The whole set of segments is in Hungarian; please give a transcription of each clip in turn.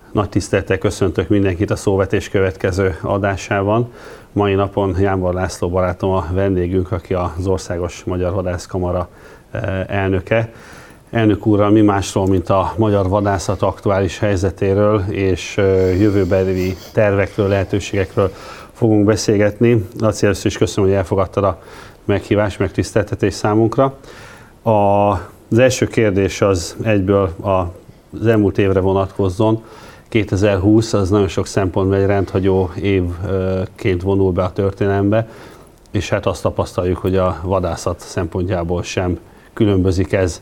Nagy tisztelettel köszöntök mindenkit a Szóvetés következő adásában. Mai napon Jámbor László barátom a vendégünk, aki az Országos Magyar Vadászkamara elnöke. Elnök úrral mi másról, mint a magyar vadászat aktuális helyzetéről és jövőbeli tervekről, lehetőségekről fogunk beszélgetni. Laci, először is köszönöm, hogy elfogadtad a meghívást, megtiszteltetés számunkra. Az első kérdés az egyből az elmúlt évre vonatkozzon. 2020 az nagyon sok szempontból egy rendhagyó évként vonul be a történelembe, és hát azt tapasztaljuk, hogy a vadászat szempontjából sem különbözik ez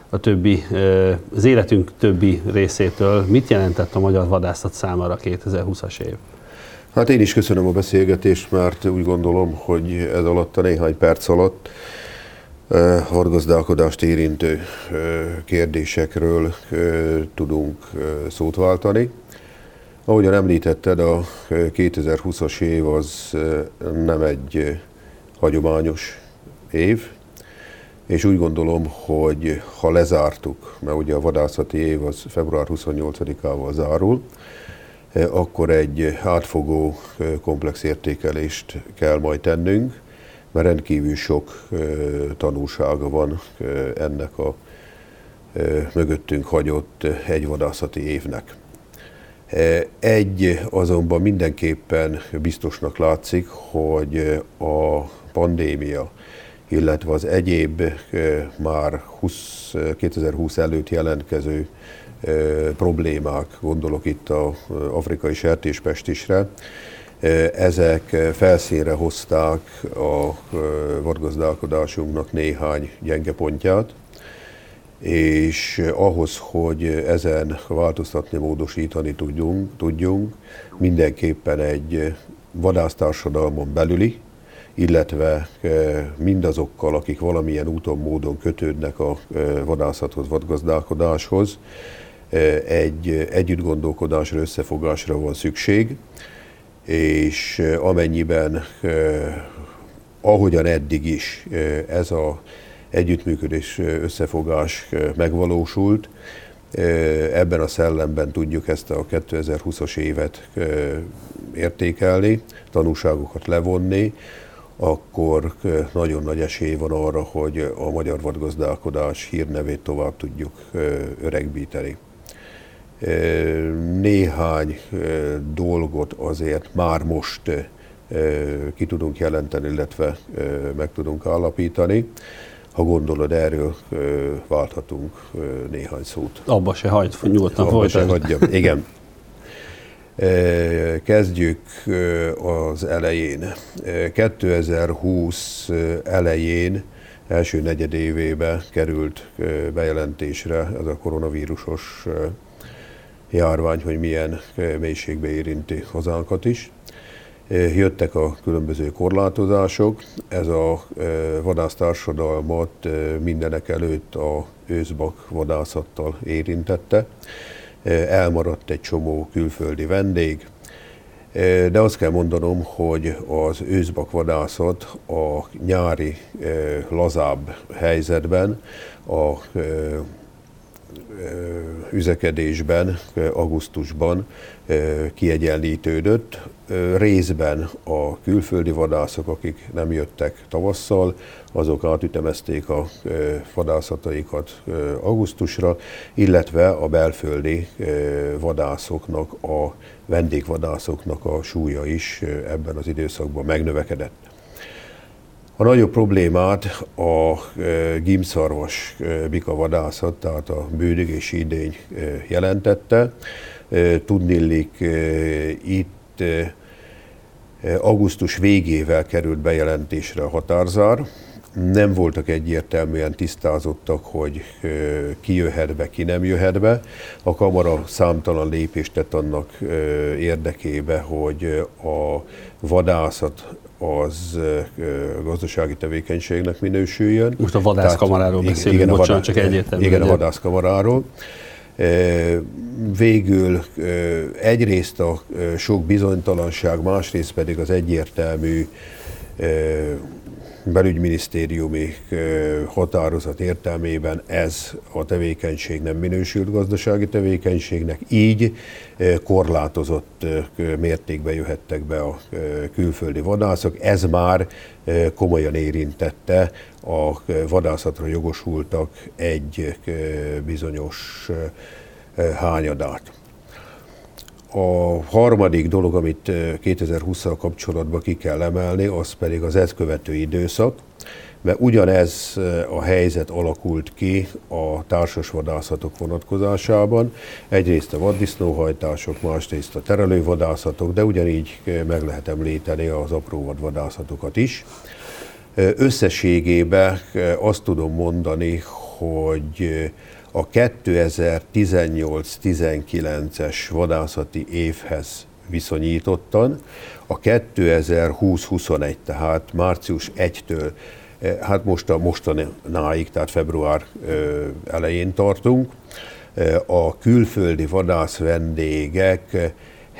az életünk többi részétől. Mit jelentett a magyar vadászat számára 2020-as év? Hát én is köszönöm a beszélgetést, mert úgy gondolom, hogy ez alatt a néhány perc alatt vadgazdálkodást érintő kérdésekről tudunk szót váltani. Ahogyan említetted, a 2020-as év az nem egy hagyományos év, és úgy gondolom, hogy ha lezártuk, mert ugye a vadászati év az február 28-ával zárul, akkor egy átfogó, komplex értékelést kell majd tennünk, mert rendkívül sok tanulsága van ennek a mögöttünk hagyott egy vadászati évnek. Egy azonban mindenképpen biztosnak látszik, hogy a pandémia, illetve az egyéb már 2020 előtt jelentkező problémák, gondolok itt az afrikai sertéspestisre, ezek felszínre hozták a vadgazdálkodásunknak néhány gyenge pontját, és ahhoz, hogy ezen változtatni, módosítani tudjunk, mindenképpen egy vadásztársadalmon belüli, illetve mindazokkal, akik valamilyen úton, módon kötődnek a vadászathoz, vadgazdálkodáshoz, egy együttgondolkodásra, összefogásra van szükség, és amennyiben, ahogyan eddig is ez az együttműködés, összefogás megvalósult, ebben a szellemben tudjuk ezt a 2020-as évet értékelni, tanulságokat levonni, akkor nagyon nagy esély van arra, hogy a magyar vadgazdálkodás hírnevét tovább tudjuk öregbíteni. Néhány dolgot azért már most ki tudunk jelenteni, illetve meg tudunk állapítani. Ha gondolod, erről válthatunk néhány szót. Abba se hagyd, nyugodtan folytasd. Igen. Kezdjük az elején. 2020 elején, első negyedévébe került bejelentésre ez a koronavírusos járvány, hogy milyen mélységbe érinti hazánkat is. Jöttek a különböző korlátozások, ez a vadásztársadalmat mindenek előtt a őszbak vadászattal érintette. Elmaradt egy csomó külföldi vendég, de azt kell mondanom, hogy az őszbakvadászat a nyári lazább helyzetben, a üzekedésben, augusztusban kiegyenlítődött. Részben a külföldi vadászok, akik nem jöttek tavasszal, azok átütemezték a vadászataikat augusztusra, illetve a belföldi vadászoknak, a vendégvadászoknak a súlya is ebben az időszakban megnövekedett. A nagyobb problémát a gímszarvas bikavadászat, tehát a bőrög és idény jelentette. Tudniillik, itt augusztus végével került bejelentésre a határzár. Nem voltak egyértelműen tisztázottak, hogy ki jöhet be, ki nem jöhet be. A kamara számtalan lépést tett annak érdekébe, hogy a vadászat az gazdasági tevékenységnek minősüljön. Most a vadászkamaráról beszélünk, bocsánat, csak egyértelmű. Igen, a vadászkamaráról. Végül egyrészt a sok bizonytalanság, másrészt pedig az egyértelmű belügyminisztériumi határozat értelmében ez a tevékenység nem minősült gazdasági tevékenységnek, így korlátozott mértékben jöhettek be a külföldi vadászok. Ez már komolyan érintette a vadászatra jogosultak egy bizonyos hányadát. A harmadik dolog, amit 2020-szal kapcsolatban ki kell emelni, az pedig az ezt követő időszak, mert ugyanez a helyzet alakult ki a társasvadászatok vonatkozásában. Egyrészt a vaddisznóhajtások, másrészt a terelővadászatok, de ugyanígy meg lehet említeni az apró vadvadászatokat is. Összességében azt tudom mondani, hogy a 2018-19-es vadászati évhez viszonyítottan a 2020-21, tehát március 1-től, hát most a mostanáig, tehát február elején tartunk, a külföldi vadász vendégek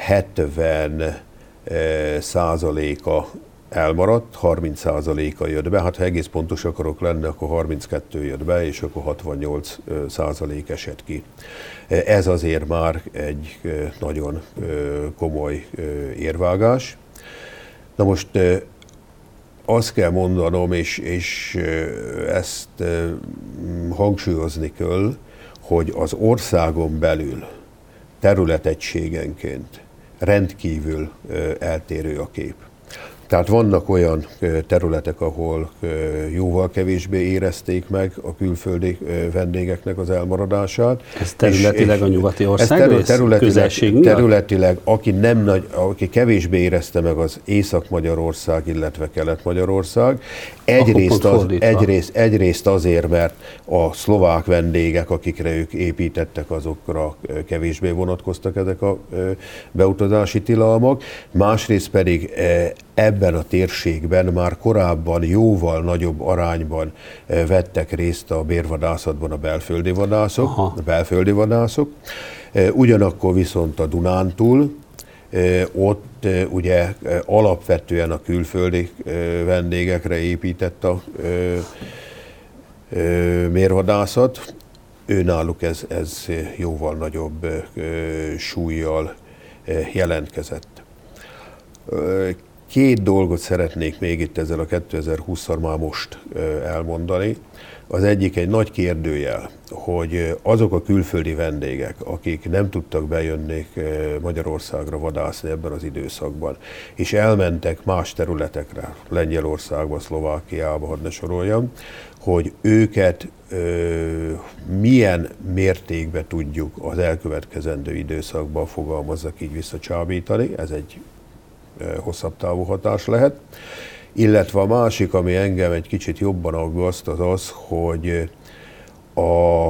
70%-a elmaradt, 30%-a jött be, hát ha egész pontos akarok lenni, akkor 32 jött be, és akkor 68% esett ki. Ez azért már egy nagyon komoly érvágás. Na most azt kell mondanom, és ezt hangsúlyozni kell, hogy az országon belül területegységenként rendkívül eltérő a kép. Tehát vannak olyan területek, ahol jóval kevésbé érezték meg a külföldi vendégeknek az elmaradását. Ez területileg a nyugati ország területileg, aki kevésbé érezte meg az Észak-Magyarország, illetve Kelet-Magyarország. Egyrészt azért, mert a szlovák vendégek, akikre ők építettek, azokra kevésbé vonatkoztak ezek a beutazási tilalmak. Másrészt pedig ebben a térségben már korábban jóval nagyobb arányban vettek részt a bérvadászatban a belföldi vadászok. Ugyanakkor viszont a Dunántúl ott ugye alapvetően a külföldi vendégekre épített a mérvadászat. Őnáluk ez jóval nagyobb súllyal jelentkezett. Két dolgot szeretnék még itt ezzel a 2020-szal már most elmondani. Az egyik egy nagy kérdőjel, hogy azok a külföldi vendégek, akik nem tudtak bejönni Magyarországra vadászni ebben az időszakban, és elmentek más területekre, Lengyelországba, Szlovákiába, hadd ne soroljam, hogy őket milyen mértékben tudjuk az elkövetkezendő időszakban, fogalmazzak így, visszacsábítani. Ez egy hosszabb távú hatás lehet. Illetve a másik, ami engem egy kicsit jobban aggaszt, az az, hogy a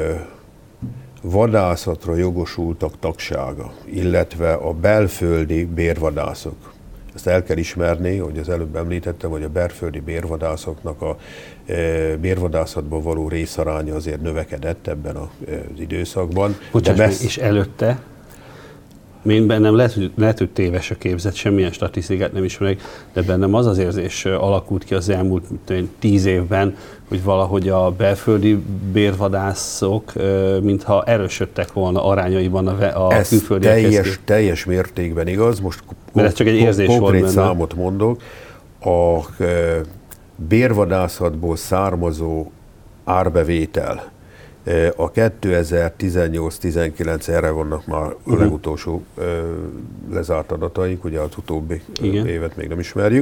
vadászatra jogosultak tagsága, illetve a belföldi bérvadászok. Ezt el kell ismerni, hogy az előbb említettem, hogy a belföldi bérvadászoknak a bérvadászatban való részaránya azért növekedett ebben az időszakban. És előtte? Én bennem lehet, hogy téves a képzet, semmilyen statisztikát nem ismerek, de bennem az az érzés alakult ki az elmúlt 10 évben, hogy valahogy a belföldi bérvadászok mintha erősödtek volna arányaiban a külföldiekhez. Teljes mértékben igaz. Most ez csak egy érzés konkrét volt számot mondok. A bérvadászatból származó árbevétel a 2018-19, erre vannak már a legutolsó lezárt adataink, ugye az utóbbi évet még nem ismerjük.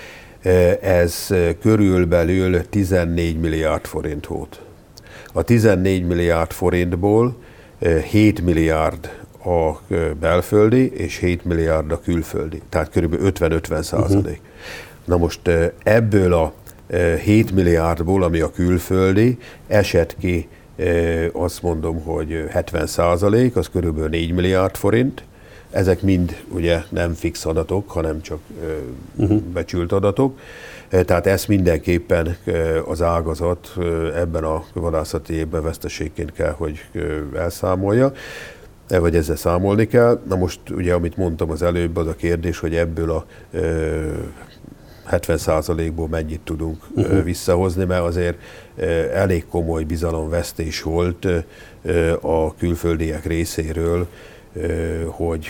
Ez körülbelül 14 milliárd forint volt. A 14 milliárd forintból 7 milliárd a belföldi és 7 milliárd a külföldi, tehát körülbelül 50-50%. Na most ebből a 7 milliárdból, ami a külföldi, esett ki, azt mondom, hogy 70%, az körülbelül 4 milliárd forint. Ezek mind ugye nem fix adatok, hanem csak becsült adatok. Tehát ezt mindenképpen az ágazat ebben a vadászati évben veszteségként kell, hogy elszámolja, vagy ezzel számolni kell. Na most ugye, amit mondtam az előbb, az a kérdés, hogy ebből a 70%-ból mennyit tudunk visszahozni, mert azért elég komoly bizalomvesztés volt a külföldiek részéről, hogy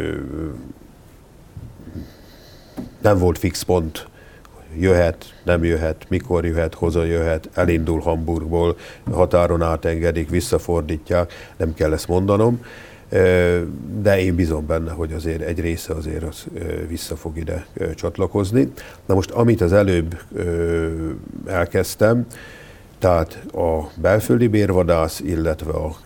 nem volt fix pont, jöhet, nem jöhet, mikor jöhet, hoza jöhet, elindul Hamburgból, határon átengedik, visszafordítják, nem kell ezt mondanom, de én bízom benne, hogy azért egy része azért az vissza fog ide csatlakozni. Na most, amit az előbb elkezdtem, tehát a belföldi bérvadász, illetve a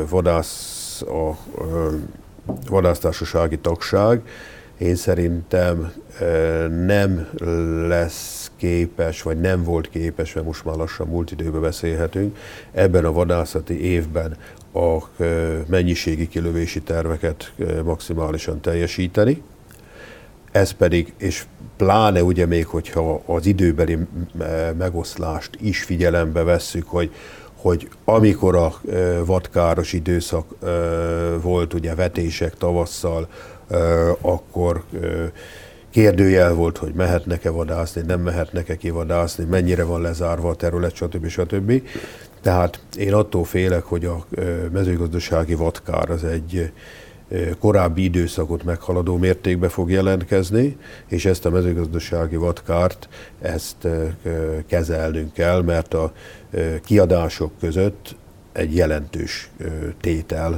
vadásztársasági tagság, én szerintem nem lesz képes, vagy nem volt képes, mert most már lassan múlt időben beszélhetünk, ebben a vadászati évben a mennyiségi kilövési terveket maximálisan teljesíteni. Ez pedig, és pláne ugye még, hogyha az időbeli megoszlást is figyelembe vesszük, hogy amikor a vadkáros időszak volt, ugye vetések tavasszal, akkor kérdőjel volt, hogy mehetnek-e vadászni, nem mehetnek-e kivadászni, mennyire van lezárva a terület, stb. Tehát én attól félek, hogy a mezőgazdasági vadkár az egy korábbi időszakot meghaladó mértékben fog jelentkezni, és ezt a mezőgazdasági vadkárt, ezt kezelnünk kell, mert a kiadások között egy jelentős tétel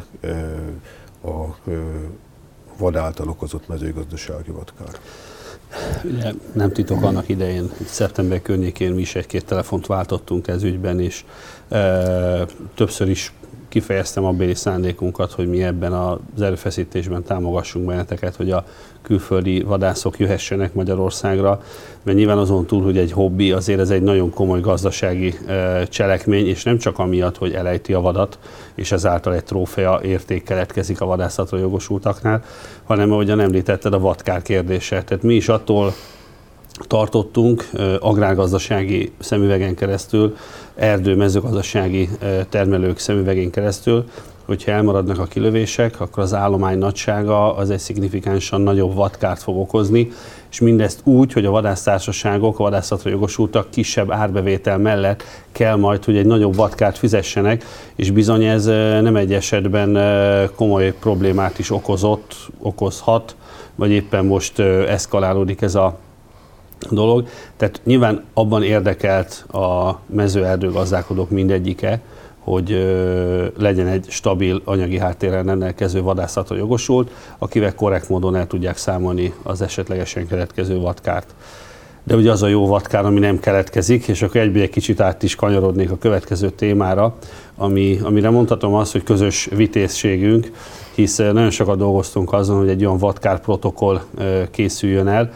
a vad által okozott mezőgazdasági vadkár. Ugye, nem titok, annak idején, szeptember környékén mi is egy-két telefont váltottunk ez ügyben, és többször is kifejeztem abbéli szándékunkat, hogy mi ebben az erőfeszítésben támogassunk benneteket, hogy a külföldi vadászok jöhessenek Magyarországra, mert nyilván azon túl, hogy egy hobbi, azért ez egy nagyon komoly gazdasági cselekmény, és nem csak amiatt, hogy elejti a vadat, és ezáltal egy trófea érték keletkezik a vadászatra jogosultaknál, hanem ahogyan említetted, a vadkár kérdése. Tehát mi is attól tartottunk agrárgazdasági szemüvegen keresztül, erdő-mezőgazdasági termelők szemüvegén keresztül, hogyha elmaradnak a kilövések, akkor az állomány nagysága az egy szignifikánsan nagyobb vadkárt fog okozni, és mindezt úgy, hogy a vadásztársaságok, a vadászatra jogosultak kisebb árbevétel mellett kell majd, hogy egy nagyobb vadkárt fizessenek, és bizony ez nem egy esetben komoly problémát is okozhat, vagy éppen most eszkalálódik ez a dolog. Tehát nyilván abban érdekelt a mezőerdőgazdálkodók mindegyike, hogy legyen egy stabil anyagi háttérrel rendelkező vadászatra jogosult, akivel korrekt módon el tudják számolni az esetlegesen keletkező vadkárt. De ugye az a jó vadkár, ami nem keletkezik, és akkor egyből egy kicsit át is kanyarodnék a következő témára, amire mondhatom azt, hogy közös vitézségünk, hisz nagyon sokat dolgoztunk azon, hogy egy olyan vadkár protokoll készüljön el,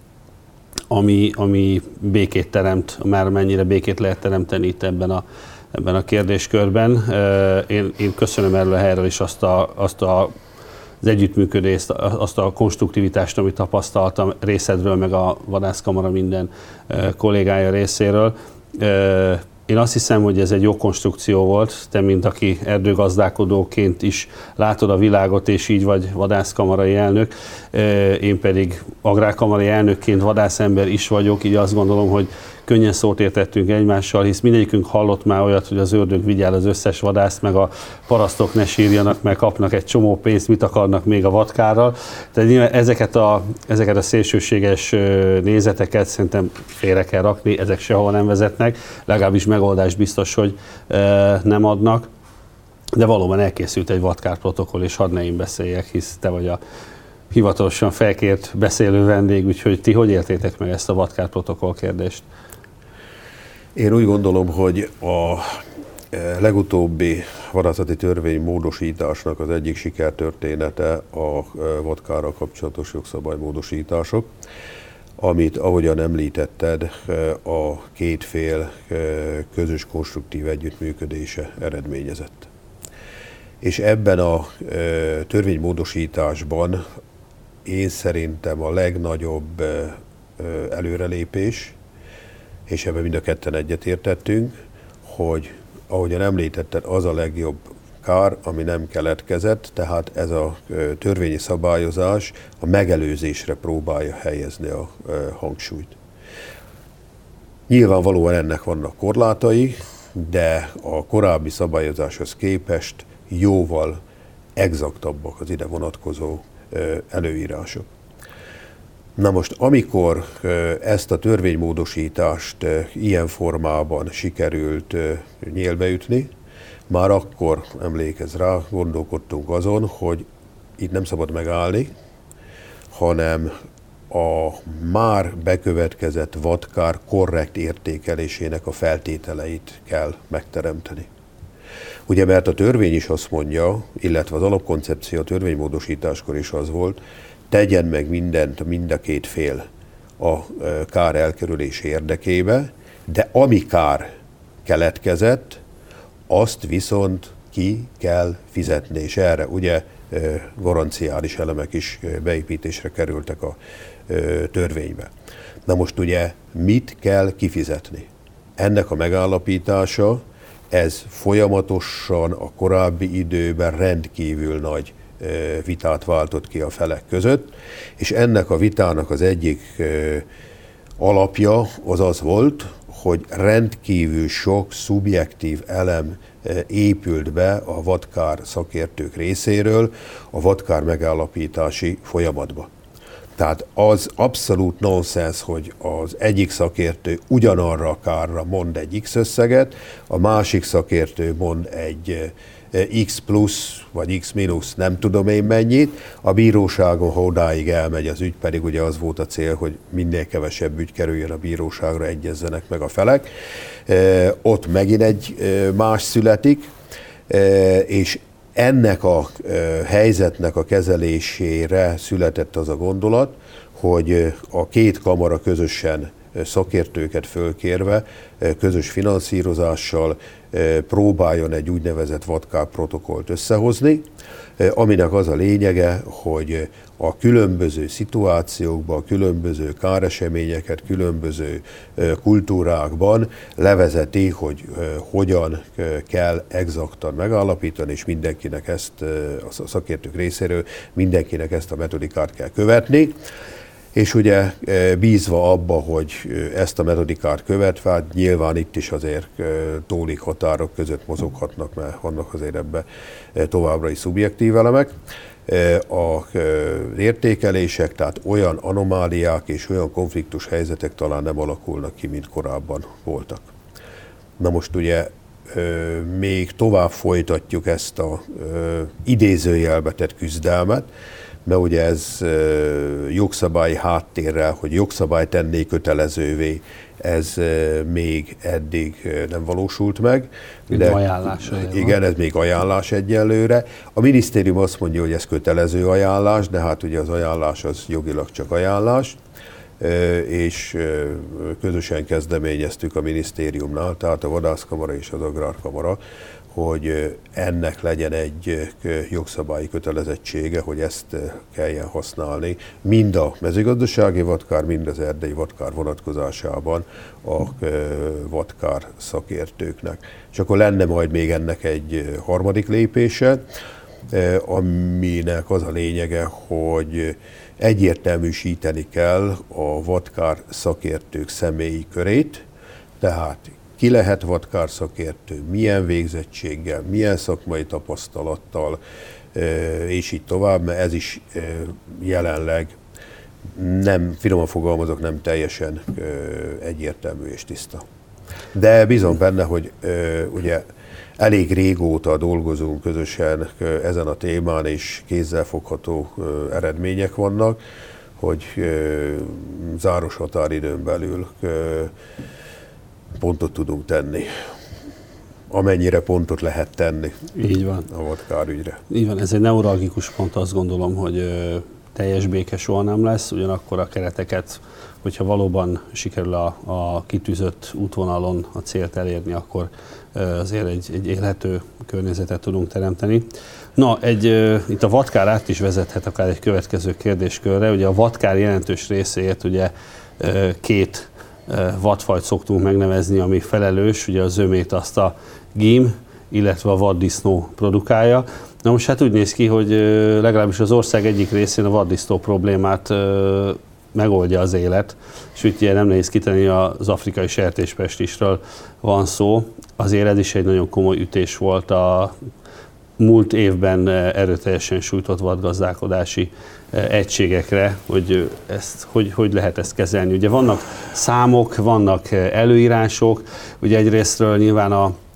ami békét teremt, már mennyire békét lehet teremteni itt ebben a kérdéskörben. Én köszönöm erről a helyről is azt az együttműködést, azt a konstruktivitást, amit tapasztaltam részedről, meg a vadászkamara minden kollégája részéről. Én azt hiszem, hogy ez egy jó konstrukció volt, te, mint aki erdőgazdálkodóként is látod a világot, és így vagy vadászkamarai elnök. Én pedig agrárkamarai elnökként vadászember is vagyok, így azt gondolom, hogy könnyen szót értettünk egymással, hisz mindegyikünk hallott már olyat, hogy az ördög vigyál az összes vadászt, meg a parasztok ne sírjanak, meg kapnak egy csomó pénzt, mit akarnak még a vadkárral. Tehát nyilván ezeket a szélsőséges nézeteket szerintem félre kell rakni, ezek sehova nem vezetnek, legalábbis megoldást biztos, hogy nem adnak. De valóban elkészült egy vadkár protokoll, és hadd ne én beszéljek, hisz te vagy a hivatalosan felkért beszélő vendég, úgyhogy ti hogy értétek meg ezt a vadkár protokoll kérdést? Én úgy gondolom, hogy a legutóbbi vadászati törvény módosításnak az egyik sikertörténete a vadkárral kapcsolatos jogszabálymódosítások, amit, ahogyan említetted, a két fél közös konstruktív együttműködése eredményezett. És ebben a törvénymódosításban én szerintem a legnagyobb előrelépés, és ebben mind a ketten egyetértettünk, hogy ahogyan említetted, az a legjobb kár, ami nem keletkezett, tehát ez a törvényi szabályozás a megelőzésre próbálja helyezni a hangsúlyt. Nyilvánvalóan ennek vannak korlátai, de a korábbi szabályozáshoz képest jóval exaktabbak az ide vonatkozó előírások. Na most, amikor ezt a törvénymódosítást ilyen formában sikerült nyélbeütni, már akkor, emlékezz rá, gondolkodtunk azon, hogy itt nem szabad megállni, hanem a már bekövetkezett vadkár korrekt értékelésének a feltételeit kell megteremteni. Ugye, mert a törvény is azt mondja, illetve az alapkoncepció a törvénymódosításkor is az volt, tegyen meg mindent mind a két fél a kár elkerülés érdekébe, de ami kár keletkezett, azt viszont ki kell fizetni, és erre ugye garanciális elemek is beépítésre kerültek a törvénybe. Na most ugye mit kell kifizetni? Ennek a megállapítása, ez folyamatosan a korábbi időben rendkívül nagy vitát váltott ki a felek között, és ennek a vitának az egyik alapja az volt, hogy rendkívül sok szubjektív elem épült be a vadkár szakértők részéről a vadkár megállapítási folyamatba. Tehát az abszolút nonsens, hogy az egyik szakértő ugyanarra a kárra mond egy X összeget, a másik szakértő mond egy X plusz vagy X mínusz nem tudom én mennyit, a bíróságon, ha odáig elmegy az ügy, pedig ugye az volt a cél, hogy minél kevesebb ügy kerüljön a bíróságra, egyezzenek meg a felek. Ott megint egy más születik, és ennek a helyzetnek a kezelésére született az a gondolat, hogy a két kamara közösen szakértőket fölkérve, közös finanszírozással próbáljon egy úgynevezett vadkár protokollt összehozni, aminek az a lényege, hogy a különböző szituációkban, a különböző káreseményeket, különböző kultúrákban levezeti, hogy hogyan kell exaktan megállapítani, és mindenkinek ezt, a szakértők részéről mindenkinek ezt a metodikát kell követni. És ugye bízva abba, hogy ezt a metodikát követve, hát nyilván itt is azért tólik határok között mozoghatnak, mert vannak azért ebbe továbbra is szubjektív elemek. Az értékelések, tehát olyan anomáliák és olyan konfliktus helyzetek talán nem alakulnak ki, mint korábban voltak. Na most ugye még tovább folytatjuk ezt a idézőjelbe tett küzdelmet, mert ugye ez jogszabályi háttérrel, hogy jogszabály tenné kötelezővé, ez még eddig nem valósult meg. De ajánlás. Igen, ez még ajánlás egyelőre. A minisztérium azt mondja, hogy ez kötelező ajánlás, de hát ugye az ajánlás az jogilag csak ajánlás, és közösen kezdeményeztük a minisztériumnál, tehát a Vadászkamara és az Agrárkamara, hogy ennek legyen egy jogszabályi kötelezettsége, hogy ezt kelljen használni, mind a mezőgazdasági vadkár, mind az erdei vadkár vonatkozásában a vadkár szakértőknek. És akkor lenne majd még ennek egy harmadik lépése, aminek az a lényege, hogy egyértelműsíteni kell a vadkár szakértők személyi körét, tehát ki lehet vadkár szakértő, milyen végzettséggel, milyen szakmai tapasztalattal, és így tovább, mert ez is jelenleg nem, finoman fogalmazok, nem teljesen egyértelmű és tiszta. De bízom benne, hogy ugye elég régóta dolgozunk közösen ezen a témán, és kézzelfogható eredmények vannak, hogy záros határidőn belül pontot tudunk tenni. Amennyire pontot lehet tenni. Így van. A vadkár ügyre. Így van, ez egy neuralgikus pont, azt gondolom, hogy teljes béke soha nem lesz, ugyanakkor a kereteket, hogyha valóban sikerül a kitűzött útvonalon a célt elérni, akkor azért egy élhető környezetet tudunk teremteni. Na, itt a vadkár át is vezethet akár egy következő kérdéskörre. Ugye a vadkár jelentős részéért ugye két vadfajt szoktunk megnevezni, ami felelős, ugye a zömét azt a gím, illetve a vaddisznó produkálja. Na most hát úgy néz ki, hogy legalábbis az ország egyik részén a vaddisznó problémát megoldja az élet, és ugye nem nehéz kitenni, az afrikai sertéspestisről van szó. Azért ez is egy nagyon komoly ütés volt a múlt évben erőteljesen sújtott vadgazdálkodási egységekre, hogy lehet ezt kezelni. Ugye vannak számok, vannak előírások, ugye egyrésztről nyilván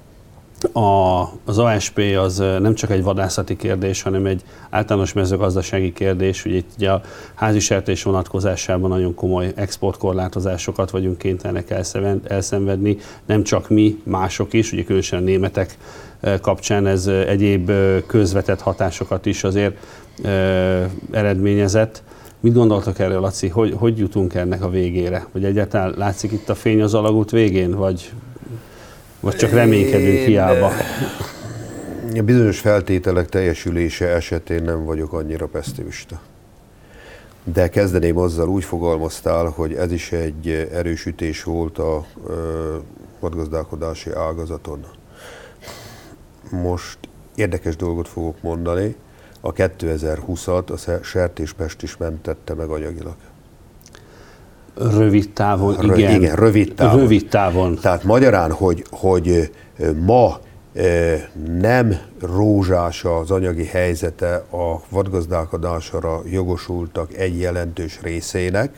az ASP az nem csak egy vadászati kérdés, hanem egy általános mezőgazdasági kérdés. Ugye a házi sertés vonatkozásában nagyon komoly exportkorlátozásokat vagyunk kénytelenek elszenvedni, nem csak mi, mások is, ugye különösen a németek kapcsán ez egyéb közvetett hatásokat is azért eredményezett. Mit gondoltok erről, Laci? Hogy jutunk ennek a végére? Vagy egyáltalán látszik itt a fény az alagút végén, vagy csak reménykedünk hiába? Bizonyos feltételek teljesülése esetén nem vagyok annyira pessimista. De kezdeném azzal, úgy fogalmaztál, hogy ez is egy erősítés volt a vadgazdálkodási ágazaton. Most érdekes dolgot fogok mondani. A 2020-at a sertéspest is mentette meg anyagilag. Rövid távon, igen. Igen, rövid távon. Rövid távon. Tehát magyarán, hogy ma nem rózsás az anyagi helyzete a vadgazdálkodásra jogosultak egy jelentős részének,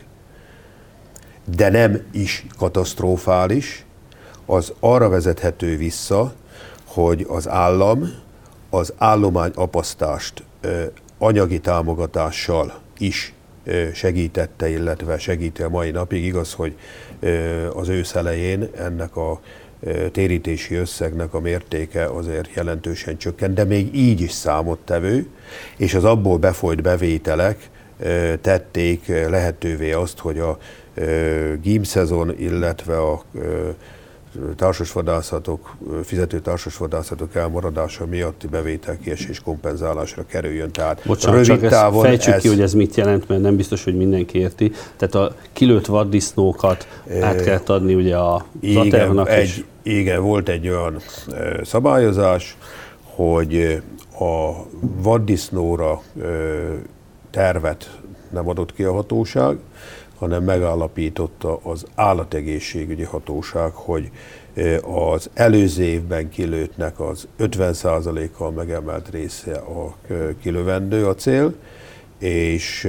de nem is katasztrofális, az arra vezethető vissza, hogy az állam az állományapasztást anyagi támogatással is segítette, illetve segíti a mai napig. Igaz, hogy az ősz elején ennek a térítési összegnek a mértéke azért jelentősen csökkent, de még így is számottevő, és az abból befolyt bevételek tették lehetővé azt, hogy a gímszezon, illetve a társasvadászatok, fizető társasvadászatok elmaradása miatti bevételkiesés kompenzálásra kerüljön. Tehát bocsánat, rövid távon fejtsük ki, hogy ez mit jelent, mert nem biztos, hogy mindenki érti. Tehát a kilőtt vaddisznókat át kellett adni ugye a ATEV-nak is. Igen, volt egy olyan szabályozás, hogy a vaddisznóra tervet nem adott ki a hatóság, hanem megállapította az állategészségügyi hatóság, hogy az előző évben kilőttnek az 50%-kal megemelt része a kilövendő a cél, és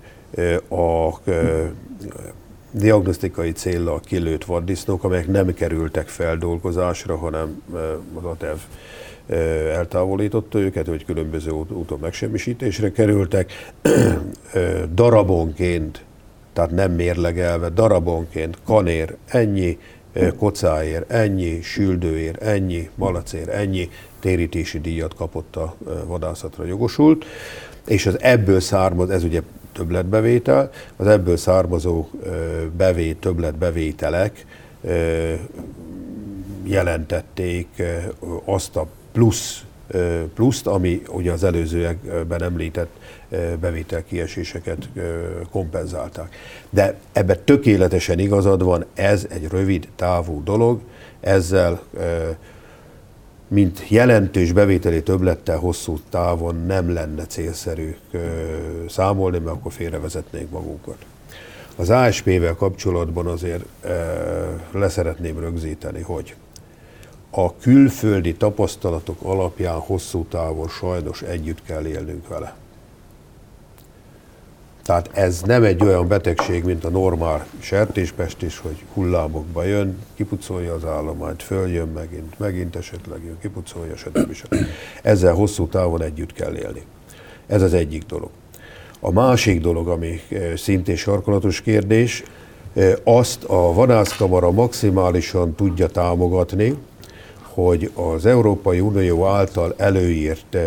a diagnosztikai céllal kilőtt vaddisznók, amelyek nem kerültek feldolgozásra, hanem az ATEV eltávolította őket, hogy különböző úton megsemmisítésre kerültek, darabonként, tehát nem mérlegelve, darabonként kanér ennyi, kocáér ennyi, süldőér ennyi, malacér ennyi térítési díjat kapott a vadászatra jogosult, és az ebből származó, ez ugye többletbevétel, az ebből származó többletbevételek jelentették azt a pluszt, ami ugye az előzőekben említett bevételkieséseket kompenzálták. De ebben tökéletesen igazad van, ez egy rövid távú dolog, ezzel mint jelentős bevételi többlettel hosszú távon nem lenne célszerű számolni, mert akkor félrevezetnénk magunkat. Az ASP-vel kapcsolatban azért leszeretném rögzíteni, hogy a külföldi tapasztalatok alapján hosszú távon sajnos együtt kell élnünk vele. Tehát ez nem egy olyan betegség, mint a normál sertéspestis, hogy hullámokba jön, kipucolja az állományt, följön megint esetleg jön, kipucolja, stb. Ezzel hosszú távon együtt kell élni. Ez az egyik dolog. A másik dolog, ami szintén sarkalatos kérdés, azt a vadászkamara maximálisan tudja támogatni, hogy az Európai Unió által előírt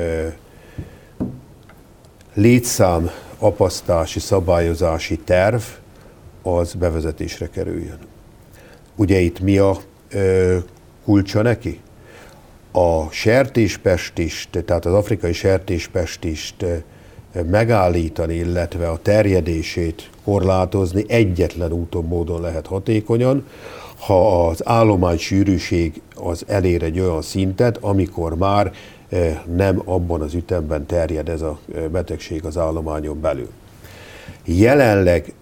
létszám apasztási, szabályozási terv az bevezetésre kerüljön. Ugye itt mi a kulcsa neki? A sertéspestist, tehát az afrikai sertéspestist megállítani, illetve a terjedését korlátozni egyetlen úton, módon lehet hatékonyan, ha az állomány sűrűség az elér egy olyan szintet, amikor már nem abban az ütemben terjed ez a betegség az állományon belül. Jelenleg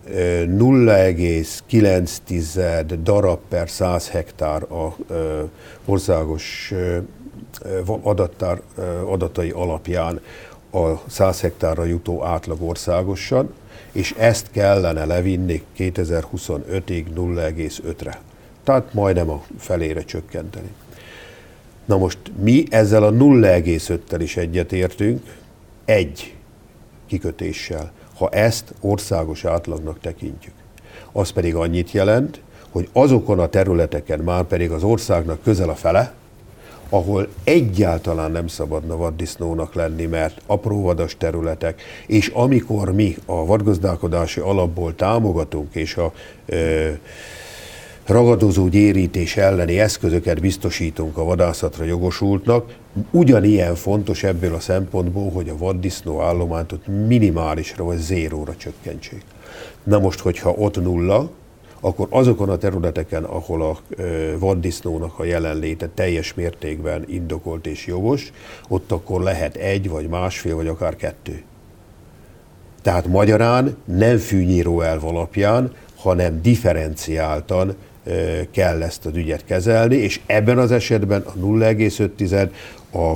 0,9 darab per 100 hektár a országos adatai alapján a 100 hektárra jutó átlag országosan, és ezt kellene levinni 2025-ig 0,5-re. Tehát majdnem a felére csökkenteni. Na most mi ezzel a 0,5-tel is egyetértünk, egy kikötéssel, ha ezt országos átlagnak tekintjük. Az pedig annyit jelent, hogy azokon a területeken, már pedig az országnak közel a fele, ahol egyáltalán nem szabadna vaddisznónak lenni, mert apróvadas területek, és amikor mi a vadgazdálkodási alapból támogatunk, és a ragadozó gyérítés elleni eszközöket biztosítunk a vadászatra jogosultnak, ugyanilyen fontos ebből a szempontból, hogy a vaddisznó állományt ott minimálisra vagy zéróra csökkentsék. Na most, hogyha ott nulla, akkor azokon a területeken, ahol a vaddisznónak a jelenléte teljes mértékben indokolt és jogos, ott akkor lehet 1, vagy 1,5, vagy akár 2. Tehát magyarán nem fűnyíró elv alapján, hanem differenciáltan kell ezt az ügyet kezelni, és ebben az esetben a 0,5 a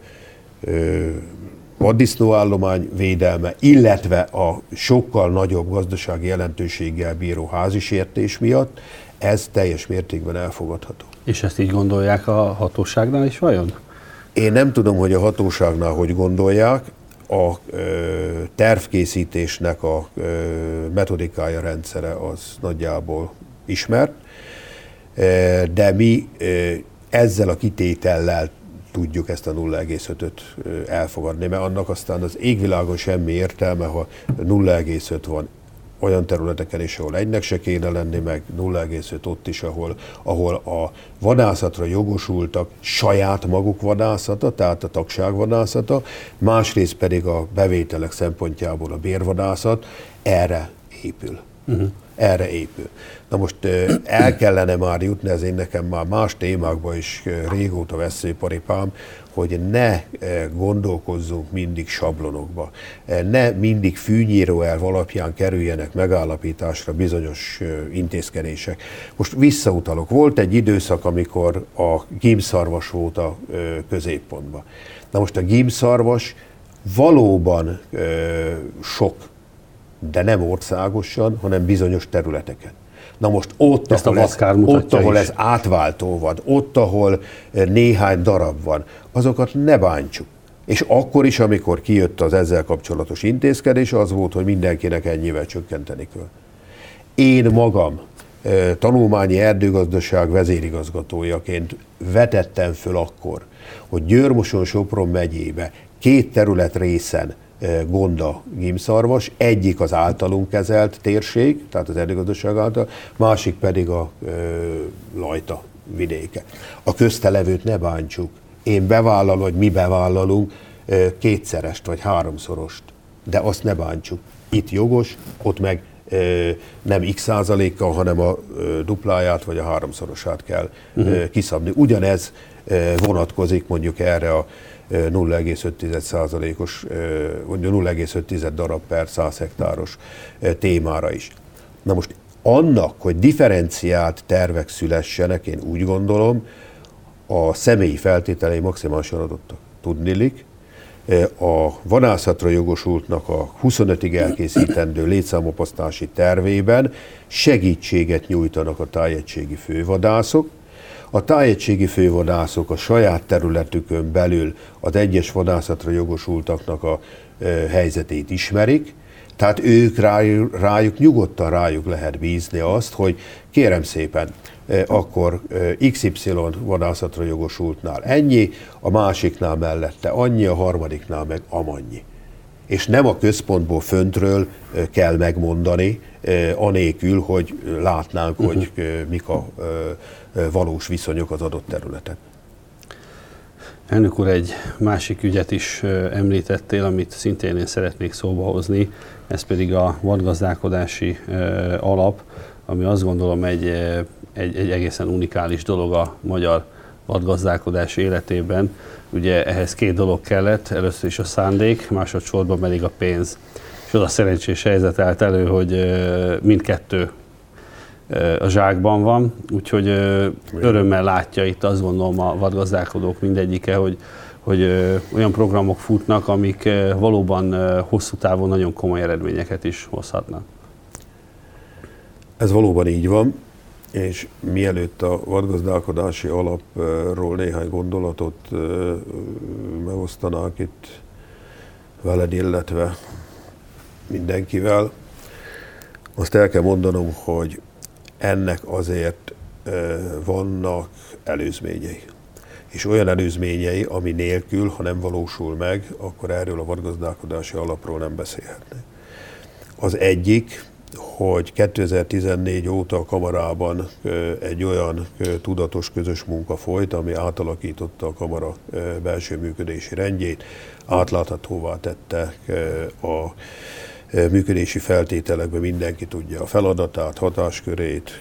vaddisznóállomány védelme, illetve a sokkal nagyobb gazdasági jelentőséggel bíró házisértés miatt, ez teljes mértékben elfogadható. És ezt így gondolják a hatóságnál is vajon? Én nem tudom, hogy a hatóságnál hogy gondolják. A tervkészítésnek a metodikája, rendszere az nagyjából ismert, de mi ezzel a kitétellel tudjuk ezt a 0,5-öt elfogadni, mert annak aztán az égvilágon semmi értelme, ha 0,5 van olyan területeken is, ahol egynek se kéne lenni, meg 0,5 ott is, ahol a vadászatra jogosultak saját maguk vadászata, tehát a tagságvadászata, másrészt pedig a bevételek szempontjából a bérvadászat erre épül. Erre épül. Na most el kellene már jutni, ez én nekem már más témákban is régóta veszőparipám, hogy ne gondolkozzunk mindig sablonokba, ne mindig fűnyíró elv alapján kerüljenek megállapításra bizonyos intézkedések. Most visszautalok, volt egy időszak, amikor a gímszarvas volt a középpontban. Na most a gímszarvas valóban sok, de nem országosan, hanem bizonyos területeken. Na most ott, ahol ez átváltó van, ott, ahol néhány darab van, azokat ne bántsuk. És akkor is, amikor kijött az ezzel kapcsolatos intézkedés, az volt, hogy mindenkinek ennyivel csökkenteni kell. Én magam tanulmányi erdőgazdaság vezérigazgatójaként vetettem föl akkor, hogy Győr-Moson-Sopron megyébe 2 területrészen gond a gímszarvas, egyik az általunk kezelt térség, tehát az erdőgazdaság által, másik pedig a Lajta vidéke. A köztelevőt ne bántsuk. Én bevállalom, hogy mi bevállalunk 2-szerest vagy 3-szorost, de azt ne bántsuk. Itt jogos, ott meg nem x%-kal, hanem a dupláját vagy a 3-szorosát kell kiszabni. Ugyanez vonatkozik mondjuk erre a 0,5%-os, 0,5 darab per 100 hektáros témára is. Na most annak, hogy differenciált tervek szülessenek, én úgy gondolom, a személyi feltételei maximálisan adottak. Tudniillik, a vadászatra jogosultnak a 25-ig elkészítendő létszámoposztási tervében segítséget nyújtanak a tájegységi fővadászok. A tájegységi fővadászok a saját területükön belül az egyes vadászatra jogosultaknak a helyzetét ismerik, tehát ők rájuk nyugodtan lehet bízni azt, hogy kérem szépen, akkor XY vadászatra jogosultnál ennyi, a másiknál mellette annyi, a harmadiknál meg amannyi. És nem a központból föntről kell megmondani, anélkül, hogy látnánk, hogy mik a valós viszonyok az adott területen. Elnök úr, egy másik ügyet is említettél, amit szintén én szeretnék szóba hozni, ez pedig a vadgazdálkodási alap, ami azt gondolom egy egészen unikális dolog a magyar vadgazdálkodás életében. Ugye ehhez 2 dolog kellett, először is a szándék, másodszorban pedig a pénz. és az a szerencsés helyzet állt elő, hogy mindkettő a zsákban van, úgyhogy örömmel látja itt, azt gondolom, a vadgazdálkodók mindegyike, hogy olyan programok futnak, amik valóban hosszú távon nagyon komoly eredményeket is hozhatnak. Ez valóban így van, és mielőtt a vadgazdálkodási alapról néhány gondolatot megosztanák itt veled, illetve mindenkivel, azt el kell mondanom, hogy ennek azért vannak előzményei. És olyan előzményei, ami nélkül, ha nem valósul meg, akkor erről a vadgazdálkodási alapról nem beszélhetnek. Az egyik, hogy 2014 óta a kamarában egy olyan tudatos közös munka folyt, ami átalakította a kamara belső működési rendjét, átláthatóvá tette a működési feltételekben, mindenki tudja a feladatát, hatáskörét,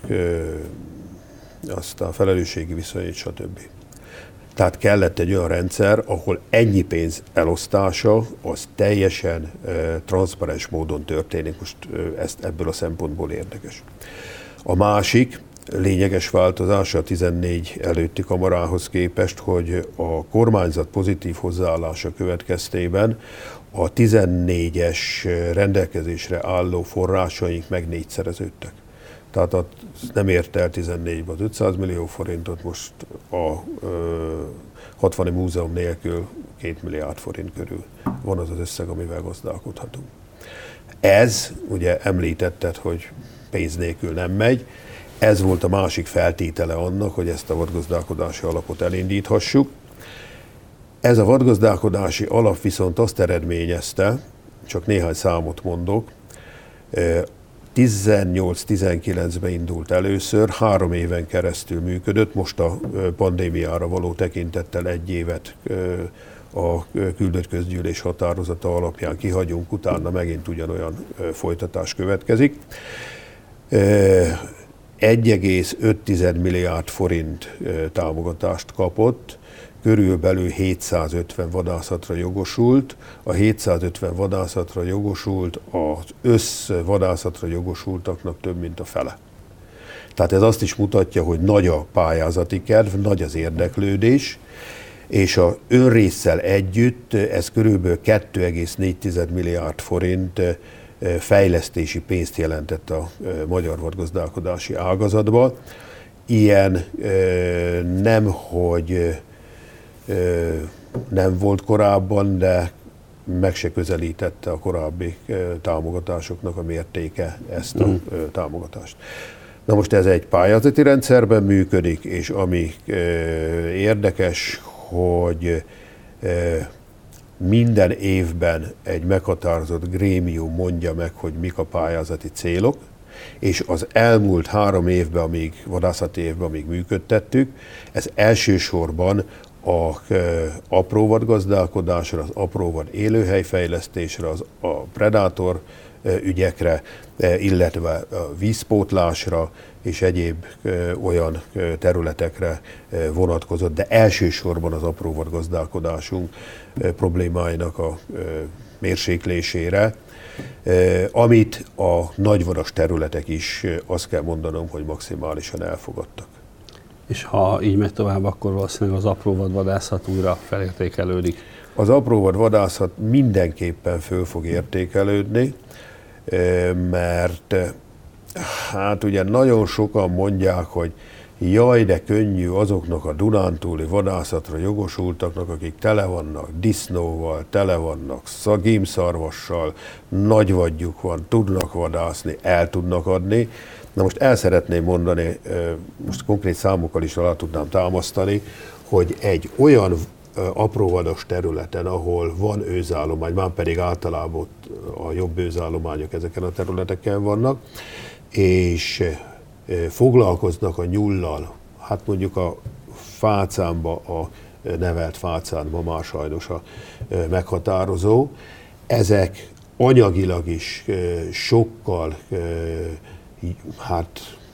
aztán felelősségi viszonyait, stb. Tehát kellett egy olyan rendszer, ahol ennyi pénz elosztása az teljesen transzparens módon történik. Most ebből a szempontból érdekes. A másik lényeges változás a 14 előtti kamarához képest, hogy a kormányzat pozitív hozzáállása következtében a 14-es rendelkezésre álló forrásaink meg négyszereződtek. Tehát nem ért el 14-ben az 500 millió forintot, most a 60 múzeum nélkül 2 milliárd forint körül van az az összeg, amivel gazdálkodhatunk. Ez, ugye említetted, hogy pénz nélkül nem megy, ez volt a másik feltétele annak, hogy ezt a vadgazdálkodási alapot elindíthassuk. Ez a vadgazdálkodási alap viszont azt eredményezte, csak néhány számot mondok, 18-19-ben indult először, 3 éven keresztül működött, most a pandémiára való tekintettel 1 évet a küldött közgyűlés határozata alapján kihagyunk, utána megint ugyanolyan folytatás következik. 1,5 milliárd forint támogatást kapott, körülbelül 750 vadászatra jogosult, a 750 vadászatra jogosult az összvadászatra jogosultaknak több mint a fele. Tehát ez azt is mutatja, hogy nagy a pályázati kedv, nagy az érdeklődés, és az önrésszel együtt ez körülbelül 2,4 milliárd forint fejlesztési pénzt jelentett a magyar vadgazdálkodási ágazatba. Ilyen nem volt korábban, de meg se közelítette a korábbi támogatásoknak a mértéke ezt a támogatást. Na most ez egy pályázati rendszerben működik, és ami érdekes, hogy minden évben egy meghatározott grémium mondja meg, hogy mik a pályázati célok, és az elmúlt 3 évben, vadászati évben, amíg működtettük, ez elsősorban az apróvad gazdálkodásra, az apróvad élőhelyfejlesztésre, a predátor ügyekre, illetve a vízpótlásra és egyéb olyan területekre vonatkozott, de elsősorban az apróvad gazdálkodásunk problémáinak a mérséklésére, amit a nagyvadas területek is, azt kell mondanom, hogy maximálisan elfogadtak. És ha így megy tovább, akkor valószínűleg az apróvad vadászat újra felértékelődik. Az apróvad vadászat mindenképpen föl fog értékelődni, mert hát ugye nagyon sokan mondják, hogy jaj, de könnyű azoknak a dunántúli vadászatra jogosultaknak, akik tele vannak disznóval, tele vannak gímszarvassal, nagy vadjuk van, tudnak vadászni, el tudnak adni. Na most el szeretném mondani, most konkrét számokkal is alá tudnám támasztani, hogy egy olyan apróvadas területen, ahol van őzállomány, már pedig általában a jobb őzállományok ezeken a területeken vannak, és foglalkoznak a nyullal, hát mondjuk a fácánba, a nevelt fácánba már sajnos a meghatározó, ezek anyagilag is sokkal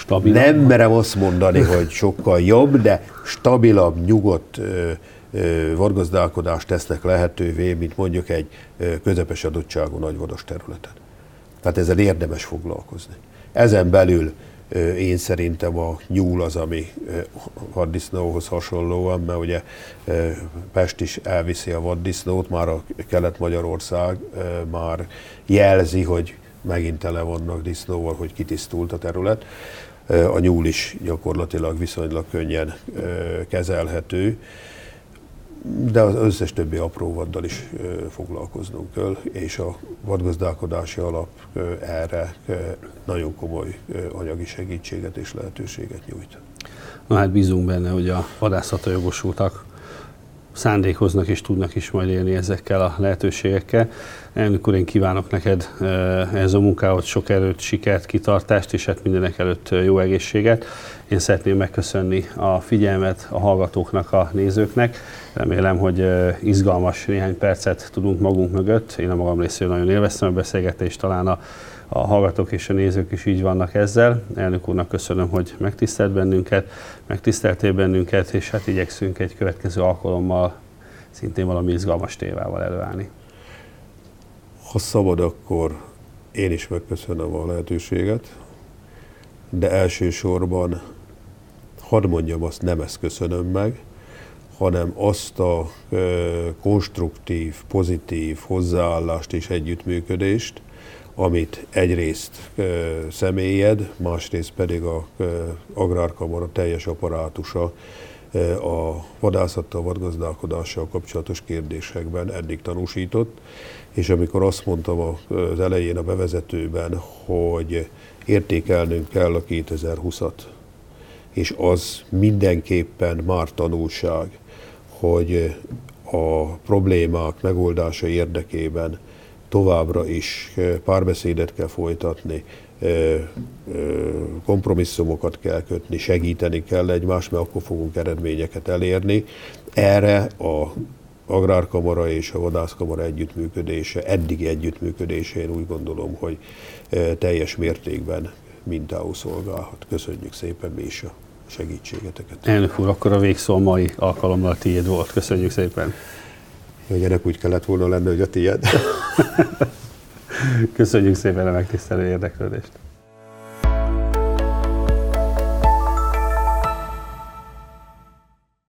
Stabilabb? Nem merem azt mondani, hogy sokkal jobb, de stabilabb, nyugodt vadgazdálkodást tesznek lehetővé, mint mondjuk egy közepes adottságú nagyvadas területen. Tehát ezzel érdemes foglalkozni. Ezen belül én szerintem a nyúl az, ami vaddisznóhoz hasonlóan, mert ugye Pest is elviszi a vaddisznót, már a Kelet-Magyarország már jelzi, hogy megint tele vannak disznóval, hogy kitisztult a terület. A nyúl is gyakorlatilag viszonylag könnyen kezelhető, de az összes többi apró vaddal is foglalkoznunk kell, és a vadgazdálkodási alap erre nagyon komoly anyagi segítséget és lehetőséget nyújt. Na hát bízunk benne, hogy a vadászatra jogosultak szándékoznak és tudnak is majd élni ezekkel a lehetőségekkel. Elnök úr, én kívánok neked ez a munkához sok erőt, sikert, kitartást, és hát mindenek előtt jó egészséget. Én szeretném megköszönni a figyelmet a hallgatóknak, a nézőknek. Remélem, hogy izgalmas néhány percet tudunk magunk mögött. Én a magam részéről nagyon élveztem a beszélgetést, talán a hallgatók és a nézők is így vannak ezzel. Elnök úrnak köszönöm, hogy megtiszteltél bennünket, és hát igyekszünk egy következő alkalommal szintén valami izgalmas témával előállni. Ha szabad, akkor én is megköszönöm a lehetőséget, de elsősorban hadd mondjam azt, nem ezt köszönöm meg, hanem azt a konstruktív, pozitív hozzáállást és együttműködést, amit egyrészt személyed, másrészt pedig a Agrárkamara teljes apparátusa a vadászattal, vadgazdálkodással kapcsolatos kérdésekben eddig tanúsított, és amikor azt mondtam az elején a bevezetőben, hogy értékelnünk kell a 2020-at, és az mindenképpen már tanulság, hogy a problémák megoldása érdekében továbbra is párbeszédet kell folytatni, kompromisszumokat kell kötni, segíteni kell egymást, mert akkor fogunk eredményeket elérni. Erre a Agrárkamara és a Vadászkamara együttműködése, eddigi együttműködése, én úgy gondolom, hogy teljes mértékben mintául szolgálhat. Köszönjük szépen mi is a segítségeteket. Elnök úr, akkor a végszó a mai alkalommal tiéd volt. Köszönjük szépen. Hogy ennek úgy kellett volna lenni, hogy a tiéd. Köszönjük szépen a megtisztelő érdeklődést.